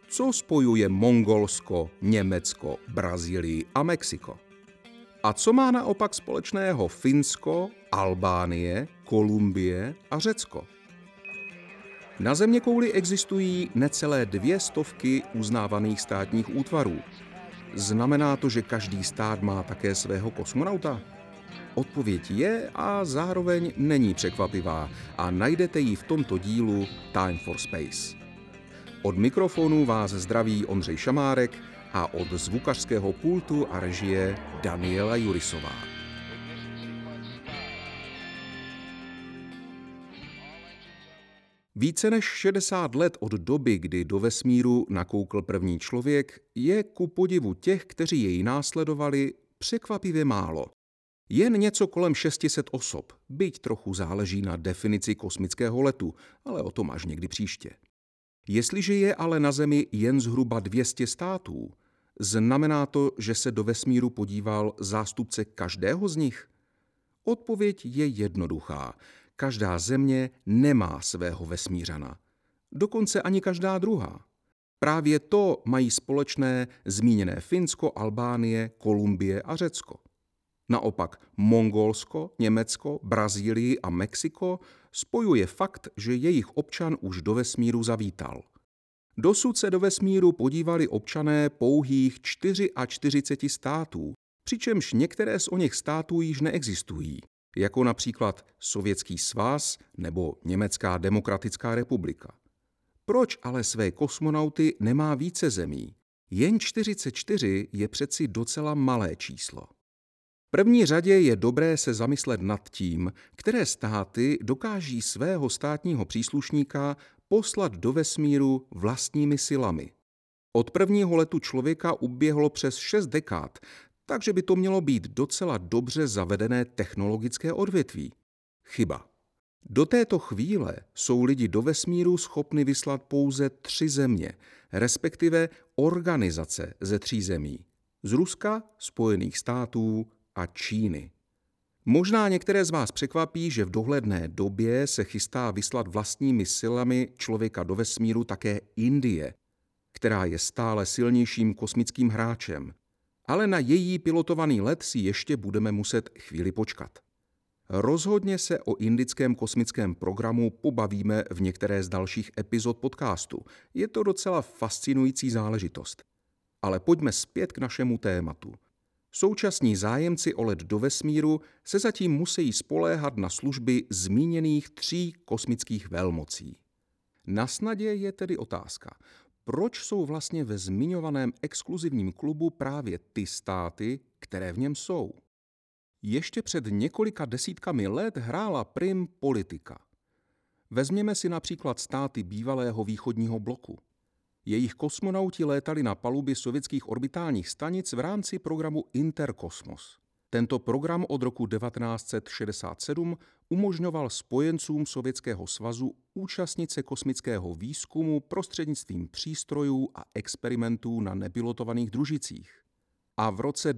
Co spojuje Mongolsko, Německo, Brazílii a Mexiko? A co má naopak společného Finsko, Albánie, Kolumbie a Řecko? Na zeměkouli existují necelé 200 uznávaných státních útvarů. Znamená to, že každý stát má také svého kosmonauta? Odpověď je a zároveň není překvapivá a najdete ji v tomto dílu Time for Space. Od mikrofonu vás zdraví Ondřej Šamárek a od zvukařského pultu a režie Daniela Jurisová. Více než 60 let od doby, kdy do vesmíru nakoukl první člověk, je ku podivu těch, kteří jej následovali, překvapivě málo. Jen něco kolem 600 osob, byť trochu záleží na definici kosmického letu, ale o tom až někdy příště. Jestliže je ale na Zemi jen zhruba 200 států, znamená to, že se do vesmíru podíval zástupce každého z nich? Odpověď je jednoduchá. Každá země nemá svého vesmířana. Dokonce ani každá druhá. Právě to mají společné zmíněné Finsko, Albánie, Kolumbie a Řecko. Naopak Mongolsko, Německo, Brazílii a Mexiko spojuje fakt, že jejich občan už do vesmíru zavítal. Dosud se do vesmíru podívali občané pouhých 44 států, přičemž některé z oněch států již neexistují, jako například Sovětský svaz nebo Německá demokratická republika. Proč ale své kosmonauty nemá více zemí? Jen 44 je přeci docela malé číslo. V první řadě je dobré se zamyslet nad tím, které státy dokáží svého státního příslušníka poslat do vesmíru vlastními silami. Od prvního letu člověka uběhlo přes 6 dekád, takže by to mělo být docela dobře zavedené technologické odvětví. Chyba. Do této chvíle jsou lidi do vesmíru schopny vyslat pouze 3 země, respektive organizace ze 3 zemí. Z Ruska, Spojených států a Číny. Možná některé z vás překvapí, že v dohledné době se chystá vyslat vlastními silami člověka do vesmíru také Indie, která je stále silnějším kosmickým hráčem. Ale na její pilotovaný let si ještě budeme muset chvíli počkat. Rozhodně se o indickém kosmickém programu pobavíme v některé z dalších epizod podcastu. Je to docela fascinující záležitost. Ale pojďme zpět k našemu tématu. Současní zájemci o let do vesmíru se zatím musí spoléhat na služby zmíněných 3 kosmických velmocí. Na snadě je tedy otázka, proč jsou vlastně ve zmiňovaném exkluzivním klubu právě ty státy, které v něm jsou? Ještě před několika desítkami let hrála prim politika. Vezměme si například státy bývalého východního bloku. Jejich kosmonauti létali na palubě sovětských orbitálních stanic v rámci programu Interkosmos. Tento program od roku 1967 umožňoval spojencům Sovětského svazu účastnit se kosmického výzkumu prostřednictvím přístrojů a experimentů na nepilotovaných družicích. A v roce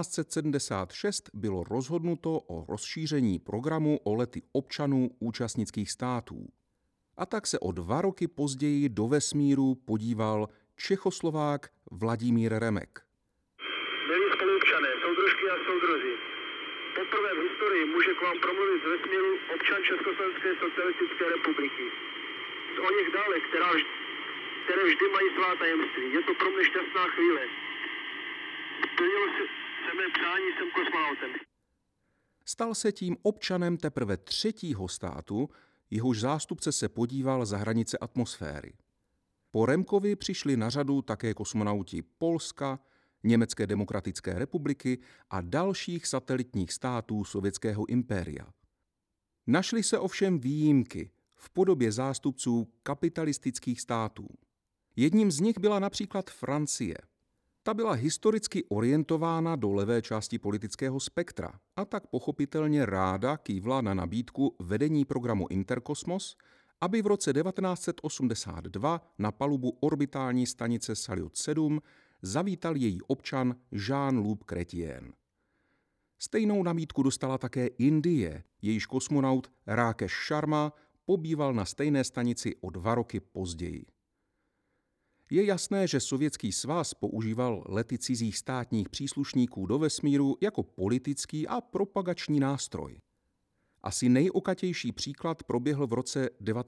1976 bylo rozhodnuto o rozšíření programu o lety občanů účastnických států. A tak se o 2 roky později do vesmíru podíval Čechoslovák Vladimír Remek. Milí spoluobčané, soudružky a soudruzi, poprvé v historii může k vám promluvit z vesmíru občan Československé socialistické republiky. Z oněch dálek, které vždy mají svá tajemství. Je to pro mě šťastná chvíle. Splnilo se mé přání, jsem kosmonautem. Stal se tím občanem teprve 3. státu, jehož zástupce se podíval za hranice atmosféry. Po Remkovi přišli na řadu také kosmonauti Polska, Německé demokratické republiky a dalších satelitních států Sovětského impéria. Našly se ovšem výjimky v podobě zástupců kapitalistických států. Jedním z nich byla například Francie. Ta byla historicky orientována do levé části politického spektra a tak pochopitelně ráda kývla na nabídku vedení programu Interkosmos, aby v roce 1982 na palubu orbitální stanice Salyut 7 zavítal její občan Jean-Luc Chrétien. Stejnou nabídku dostala také Indie, jejíž kosmonaut Rakesh Sharma pobýval na stejné stanici o 2 roky později. Je jasné, že Sovětský svaz používal lety cizích státních příslušníků do vesmíru jako politický a propagační nástroj. Asi nejokatější příklad proběhl v roce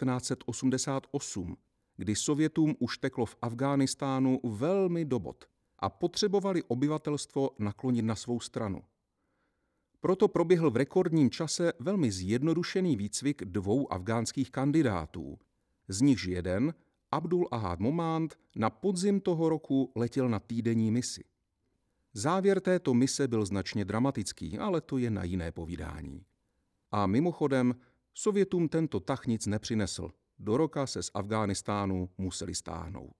1988, kdy Sovětům už teklo v Afghánistánu velmi do bot a potřebovali obyvatelstvo naklonit na svou stranu. Proto proběhl v rekordním čase velmi zjednodušený výcvik 2 afghánských kandidátů, z nichž jeden, Abdul Ahad Momand, na podzim toho roku letěl na týdenní misi. Závěr této mise byl značně dramatický, ale to je na jiné povídání. A mimochodem, Sovětům tento tah nic nepřinesl. Do roka se z Afghánistánu museli stáhnout.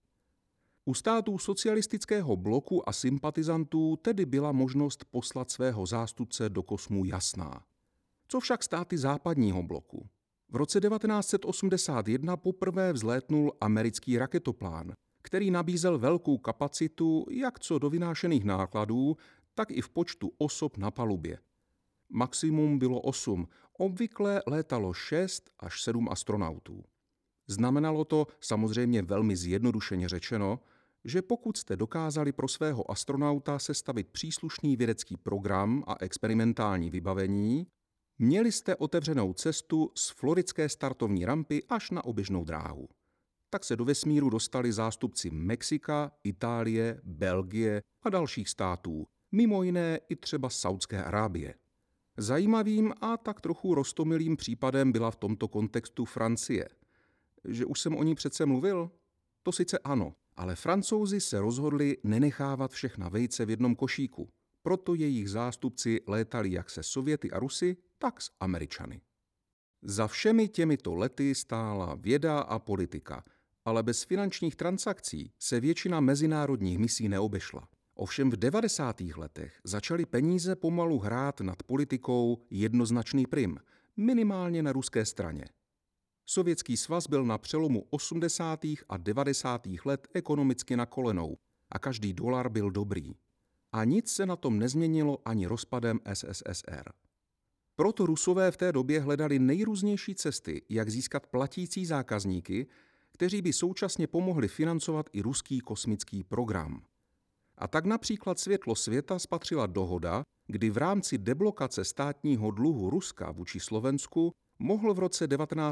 U států socialistického bloku a sympatizantů tedy byla možnost poslat svého zástupce do kosmu jasná. Co však státy západního bloku? V roce 1981 poprvé vzlétnul americký raketoplán, který nabízel velkou kapacitu jak co do vynášených nákladů, tak i v počtu osob na palubě. Maximum bylo 8, obvykle létalo 6 až 7 astronautů. Znamenalo to, samozřejmě velmi zjednodušeně řečeno, že pokud jste dokázali pro svého astronauta sestavit příslušný vědecký program a experimentální vybavení, měli jste otevřenou cestu z floridské startovní rampy až na oběžnou dráhu. Tak se do vesmíru dostali zástupci Mexika, Itálie, Belgie a dalších států, mimo jiné i třeba Saudské Arábie. Zajímavým a tak trochu roztomilým případem byla v tomto kontextu Francie. Že už jsem o ní přece mluvil? To sice ano, ale Francouzi se rozhodli nenechávat všechna vejce v jednom košíku. Proto jejich zástupci létali jak se Sověty a Rusy, tak s Američany. Za všemi těmito lety stála věda a politika, ale bez finančních transakcí se většina mezinárodních misí neobešla. Ovšem v 90. letech začaly peníze pomalu hrát nad politikou jednoznačný prim, minimálně na ruské straně. Sovětský svaz byl na přelomu 80. a 90. let ekonomicky na kolenou a každý dolar byl dobrý. A nic se na tom nezměnilo ani rozpadem SSSR. Proto Rusové v té době hledali nejrůznější cesty, jak získat platící zákazníky, kteří by současně pomohli financovat i ruský kosmický program. A tak například světlo světa spatřila dohoda, kdy v rámci deblokace státního dluhu Ruska vůči Slovensku mohl v roce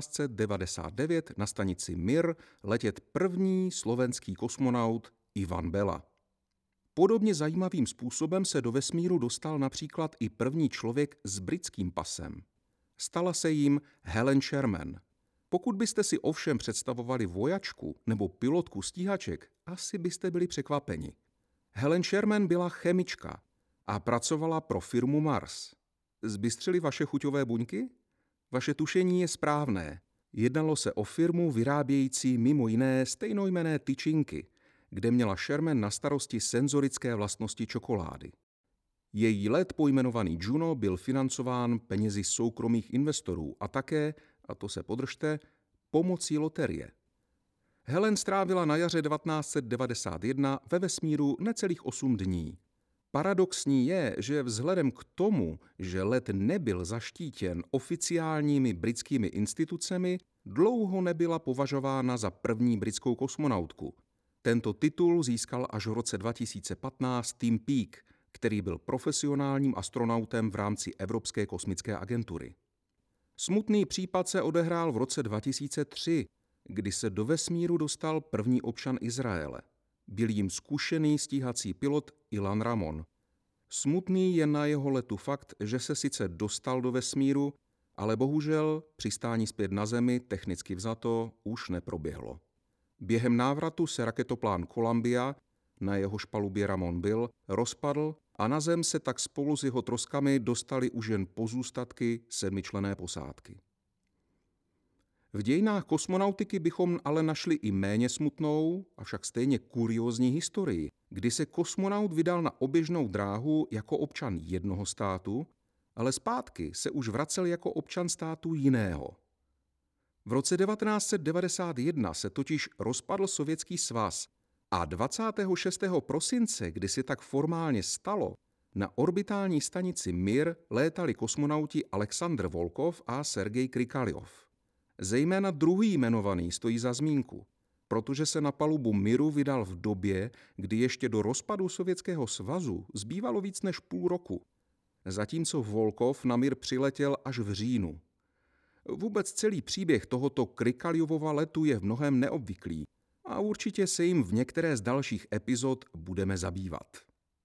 1999 na stanici Mir letět první slovenský kosmonaut Ivan Bela. Podobně zajímavým způsobem se do vesmíru dostal například i první člověk s britským pasem. Stala se jím Helen Sherman. Pokud byste si ovšem představovali vojačku nebo pilotku stíhaček, asi byste byli překvapeni. Helen Sherman byla chemička a pracovala pro firmu Mars. Zbystřily vaše chuťové buňky? Vaše tušení je správné. Jednalo se o firmu vyrábějící mimo jiné stejnojmenné tyčinky, kde měla Sherman na starosti senzorické vlastnosti čokolády. Její let pojmenovaný Juno byl financován penězi soukromých investorů a také, a to se podržte, pomocí loterie. Helen strávila na jaře 1991 ve vesmíru necelých 8 dní. Paradoxní je, že vzhledem k tomu, že let nebyl zaštítěn oficiálními britskými institucemi, dlouho nebyla považována za první britskou kosmonautku. Tento titul získal až v roce 2015 Tim Peake, který byl profesionálním astronautem v rámci Evropské kosmické agentury. Smutný případ se odehrál v roce 2003, kdy se do vesmíru dostal první občan Izraele. Byl jim zkušený stíhací pilot Ilan Ramon. Smutný je na jeho letu fakt, že se sice dostal do vesmíru, ale bohužel přistání zpět na Zemi technicky vzato už neproběhlo. Během návratu se raketoplán Columbia, na jehož palubě Ramon byl, rozpadl a na Zem se tak spolu s jeho troskami dostali už jen pozůstatky 7členné posádky. V dějinách kosmonautiky bychom ale našli i méně smutnou, avšak stejně kuriózní historii, kdy se kosmonaut vydal na oběžnou dráhu jako občan jednoho státu, ale zpátky se už vracel jako občan státu jiného. V roce 1991 se totiž rozpadl Sovětský svaz a 26. prosince, kdy se tak formálně stalo, na orbitální stanici Mir létali kosmonauti Aleksandr Volkov a Sergej Krikaljov. Zejména druhý jmenovaný stojí za zmínku. protože se na palubu Miru vydal v době, kdy ještě do rozpadu Sovětského svazu zbývalo víc než půl roku, zatímco Volkov na Mir přiletěl až v říjnu. Vůbec celý příběh tohoto Krikaljovova letu je v mnohém neobvyklý a určitě se jim v některé z dalších epizod budeme zabývat.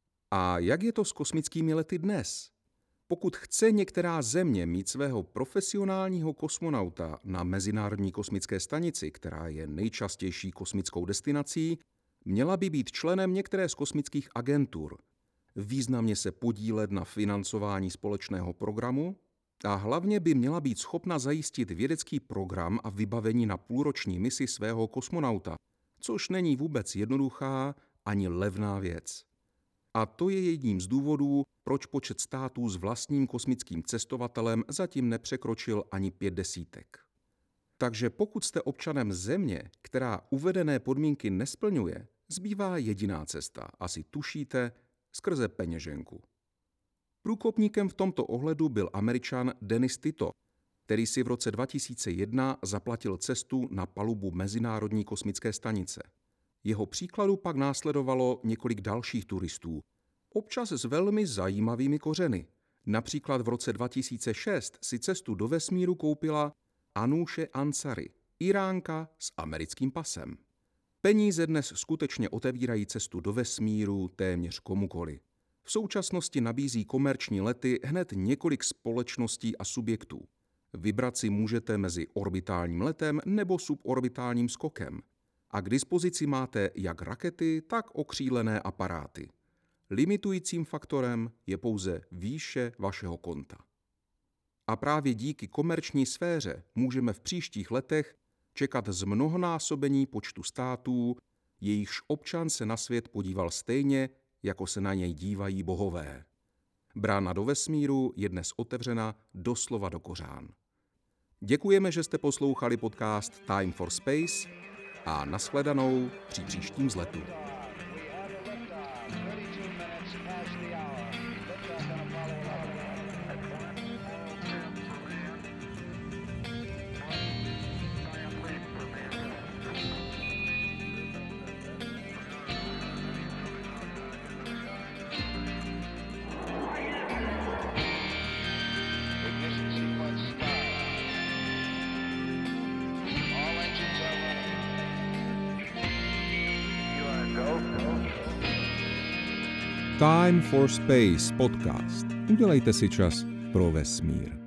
A jak je to s kosmickými lety dnes? Pokud chce některá země mít svého profesionálního kosmonauta na Mezinárodní kosmické stanici, která je nejčastější kosmickou destinací, měla by být členem některé z kosmických agentur, významně se podílet na financování společného programu a hlavně by měla být schopna zajistit vědecký program a vybavení na půlroční misi svého kosmonauta, což není vůbec jednoduchá ani levná věc. A to je jedním z důvodů, proč počet států s vlastním kosmickým cestovatelem zatím nepřekročil ani 50. Takže pokud jste občanem země, která uvedené podmínky nesplňuje, zbývá jediná cesta, asi tušíte, skrze peněženku. Průkopníkem v tomto ohledu byl Američan Dennis Tito, který si v roce 2001 zaplatil cestu na palubu Mezinárodní kosmické stanice. Jeho příkladu pak následovalo několik dalších turistů, občas s velmi zajímavými kořeny. Například v roce 2006 si cestu do vesmíru koupila Anouše Ansari, Iránka s americkým pasem. Peníze dnes skutečně otevírají cestu do vesmíru téměř komukoli. V současnosti nabízí komerční lety hned několik společností a subjektů. Vybrat si můžete mezi orbitálním letem nebo suborbitálním skokem. A k dispozici máte jak rakety, tak okřílené aparáty. Limitujícím faktorem je pouze výše vašeho konta. A právě díky komerční sféře můžeme v příštích letech čekat zmnohonásobení počtu států, jejichž občan se na svět podíval stejně, jako se na něj dívají bohové. Brána do vesmíru je dnes otevřena doslova do kořán. Děkujeme, že jste poslouchali podcast Time for Space a nashledanou při příštím vzletu. Time for Space podcast. Udělejte si čas pro vesmír.